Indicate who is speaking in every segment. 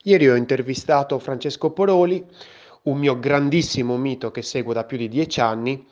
Speaker 1: Ieri ho intervistato Francesco Poroli, un mio grandissimo mito che seguo da più di 10 anni.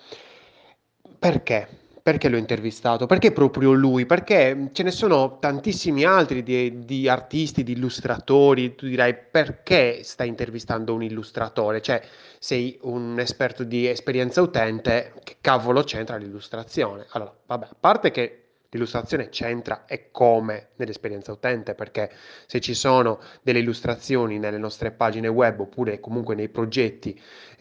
Speaker 1: Perché? Perché l'ho intervistato? Perché proprio lui? Perché ce ne sono tantissimi altri di artisti, di illustratori. Tu dirai perché stai intervistando un illustratore? Cioè, sei un esperto di esperienza utente, che cavolo c'entra l'illustrazione? Allora, vabbè, a parte che l'illustrazione c'entra e come nell'esperienza utente, perché se ci sono delle illustrazioni nelle nostre pagine web oppure comunque nei progetti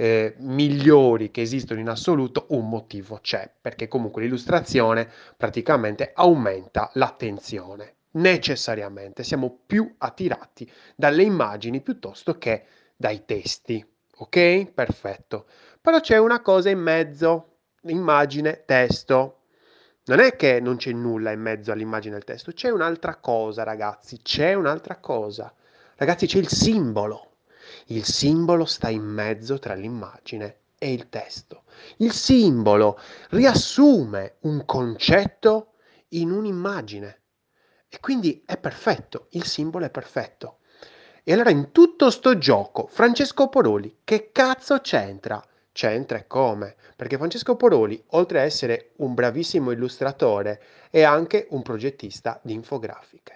Speaker 1: migliori che esistono in assoluto, un motivo c'è, perché comunque l'illustrazione praticamente aumenta l'attenzione. Necessariamente siamo più attirati dalle immagini piuttosto che dai testi. Ok? Perfetto. Però c'è una cosa in mezzo, immagine, testo. Non è che non c'è nulla in mezzo all'immagine e al testo, c'è un'altra cosa, ragazzi, c'è un'altra cosa. Ragazzi, c'è il simbolo. Il simbolo sta in mezzo tra l'immagine e il testo. Il simbolo riassume un concetto in un'immagine e quindi è perfetto, il simbolo è perfetto. E allora in tutto sto gioco, Francesco Poroli, che cazzo c'entra? C'entra e come? Perché Francesco Poroli, oltre a essere un bravissimo illustratore, è anche un progettista di infografiche.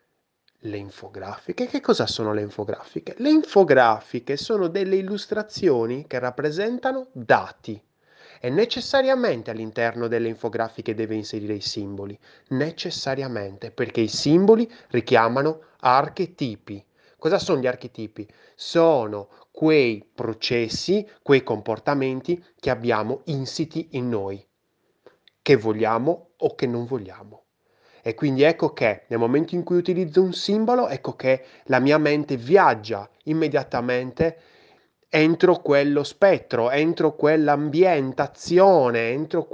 Speaker 1: Le infografiche? Che cosa sono le infografiche? Le infografiche sono delle illustrazioni che rappresentano dati e necessariamente all'interno delle infografiche deve inserire i simboli, necessariamente, perché i simboli richiamano archetipi. Cosa sono gli archetipi? Sono quei processi, quei comportamenti che abbiamo insiti in noi, che vogliamo o che non vogliamo. E quindi ecco che nel momento in cui utilizzo un simbolo, ecco che la mia mente viaggia immediatamente entro quello spettro, entro quell'ambientazione, entro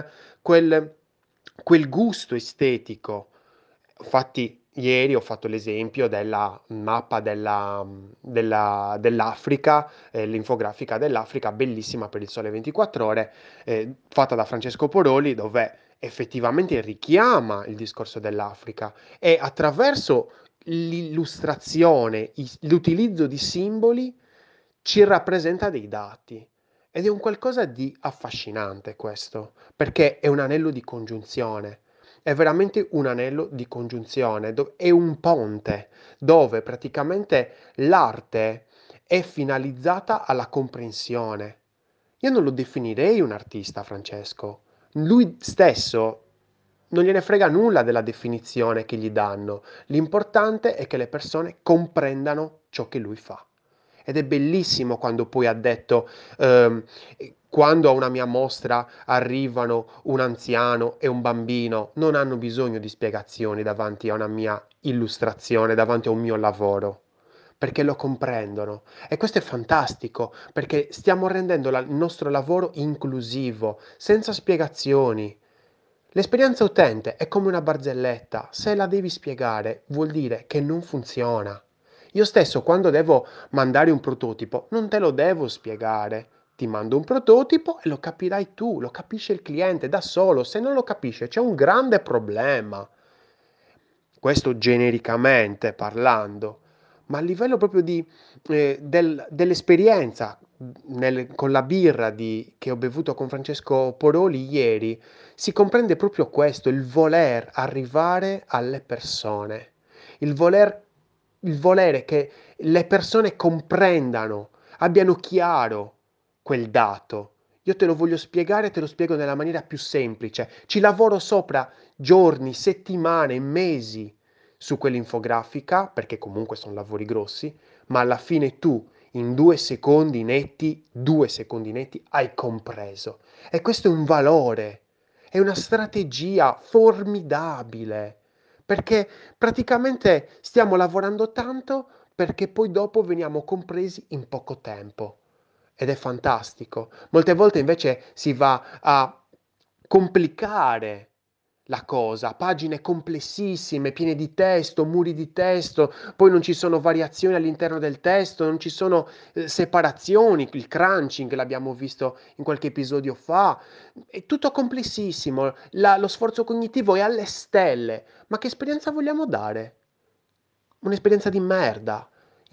Speaker 1: quel, quel gusto estetico. Infatti, ieri ho fatto l'esempio della mappa dell'Africa, l'infografica dell'Africa, bellissima per il Sole 24 Ore, fatta da Francesco Poroli, dove effettivamente richiama il discorso dell'Africa e attraverso l'illustrazione, l'utilizzo di simboli ci rappresenta dei dati. Ed è un qualcosa di affascinante questo, perché è un anello di congiunzione. È veramente un anello di congiunzione, è un ponte dove praticamente l'arte è finalizzata alla comprensione. Io non lo definirei un artista, Francesco. Lui stesso non gliene frega nulla della definizione che gli danno. L'importante è che le persone comprendano ciò che lui fa. Ed è bellissimo quando poi ha detto, quando a una mia mostra arrivano un anziano e un bambino, non hanno bisogno di spiegazioni davanti a una mia illustrazione, davanti a un mio lavoro, perché lo comprendono. E questo è fantastico, perché stiamo rendendo il nostro lavoro inclusivo, senza spiegazioni. L'esperienza utente è come una barzelletta, se la devi spiegare vuol dire che non funziona. Io stesso quando devo mandare un prototipo non te lo devo spiegare, ti mando un prototipo e lo capirai tu, lo capisce il cliente da solo, se non lo capisce c'è un grande problema. Questo genericamente parlando, ma a livello proprio dell'esperienza con la birra che ho bevuto con Francesco Poroli ieri, si comprende proprio questo, il voler arrivare alle persone, il voler, il volere che le persone comprendano, abbiano chiaro quel dato. Io te lo voglio spiegare, te lo spiego nella maniera più semplice. Ci lavoro sopra giorni, settimane, mesi su quell'infografica, perché comunque sono lavori grossi, ma alla fine tu in 2 secondi netti hai compreso. E questo è un valore, è una strategia formidabile, perché praticamente stiamo lavorando tanto perché poi dopo veniamo compresi in poco tempo. Ed è fantastico. Molte volte invece si va a complicare la cosa, pagine complessissime, piene di testo, muri di testo, poi non ci sono variazioni all'interno del testo, non ci sono separazioni, il crunching l'abbiamo visto in qualche episodio fa, è tutto complessissimo, lo sforzo cognitivo è alle stelle, ma che esperienza vogliamo dare? Un'esperienza di merda.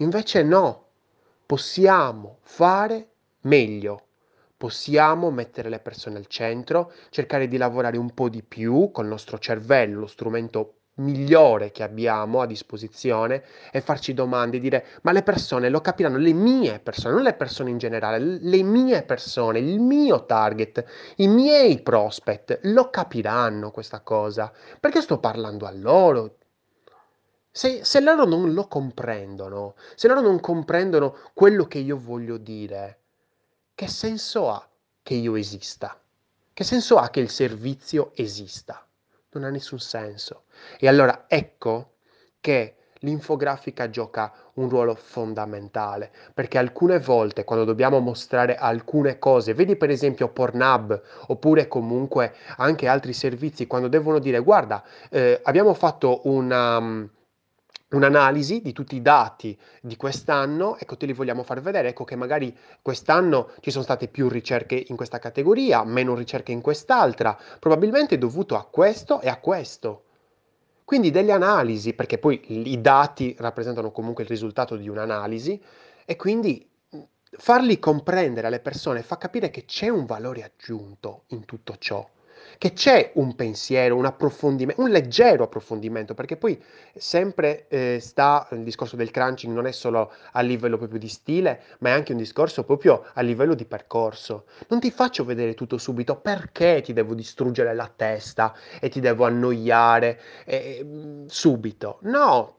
Speaker 1: Invece no, possiamo fare meglio. Possiamo mettere le persone al centro, cercare di lavorare un po' di più col nostro cervello, lo strumento migliore che abbiamo a disposizione, e farci domande e dire: ma le persone lo capiranno, le mie persone, non le persone in generale, le mie persone, il mio target, i miei prospect, lo capiranno questa cosa? Perché sto parlando a loro? Se loro non lo comprendono, se loro non comprendono quello che io voglio dire, che senso ha che io esista? Che senso ha che il servizio esista? Non ha nessun senso. E allora ecco che l'infografica gioca un ruolo fondamentale, perché alcune volte quando dobbiamo mostrare alcune cose, vedi per esempio Pornhub oppure comunque anche altri servizi, quando devono dire: guarda, abbiamo fatto un'analisi di tutti i dati di quest'anno, ecco, te li vogliamo far vedere, ecco che magari quest'anno ci sono state più ricerche in questa categoria, meno ricerche in quest'altra, probabilmente dovuto a questo e a questo. Quindi delle analisi, perché poi i dati rappresentano comunque il risultato di un'analisi, e quindi farli comprendere alle persone fa capire che c'è un valore aggiunto in tutto ciò, che c'è un pensiero, un approfondimento, un leggero approfondimento, perché poi sempre sta il discorso del crunching, non è solo a livello proprio di stile, ma è anche un discorso proprio a livello di percorso. Non ti faccio vedere tutto subito perché ti devo distruggere la testa e ti devo annoiare subito. No,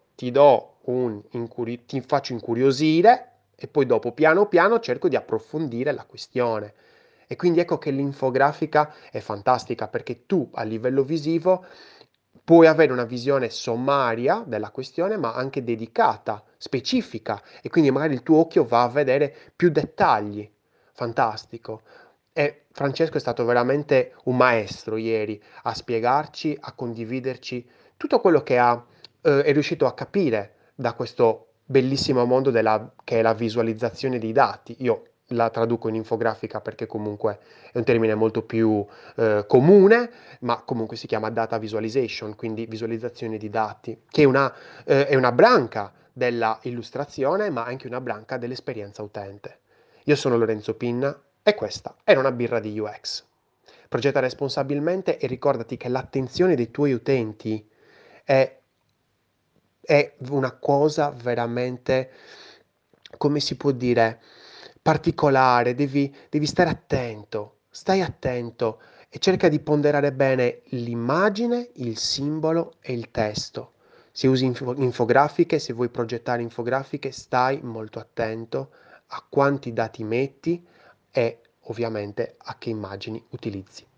Speaker 1: ti faccio incuriosire e poi dopo piano piano cerco di approfondire la questione. E quindi ecco che l'infografica è fantastica perché tu a livello visivo puoi avere una visione sommaria della questione, ma anche dedicata, specifica, e quindi magari il tuo occhio va a vedere più dettagli. Fantastico. E Francesco è stato veramente un maestro ieri a spiegarci, a condividerci tutto quello che è riuscito a capire da questo bellissimo mondo che è la visualizzazione dei dati. Io la traduco in infografica perché comunque è un termine molto più comune, ma comunque si chiama data visualization, quindi visualizzazione di dati, che è una branca della illustrazione, ma anche una branca dell'esperienza utente. Io sono Lorenzo Pinna e questa era una birra di UX. Progetta responsabilmente e ricordati che l'attenzione dei tuoi utenti è, è una cosa veramente, come si può dire, particolare. Devi stare attento, stai attento e cerca di ponderare bene l'immagine, il simbolo e il testo. Se usi infografiche, se vuoi progettare infografiche, stai molto attento a quanti dati metti e ovviamente a che immagini utilizzi.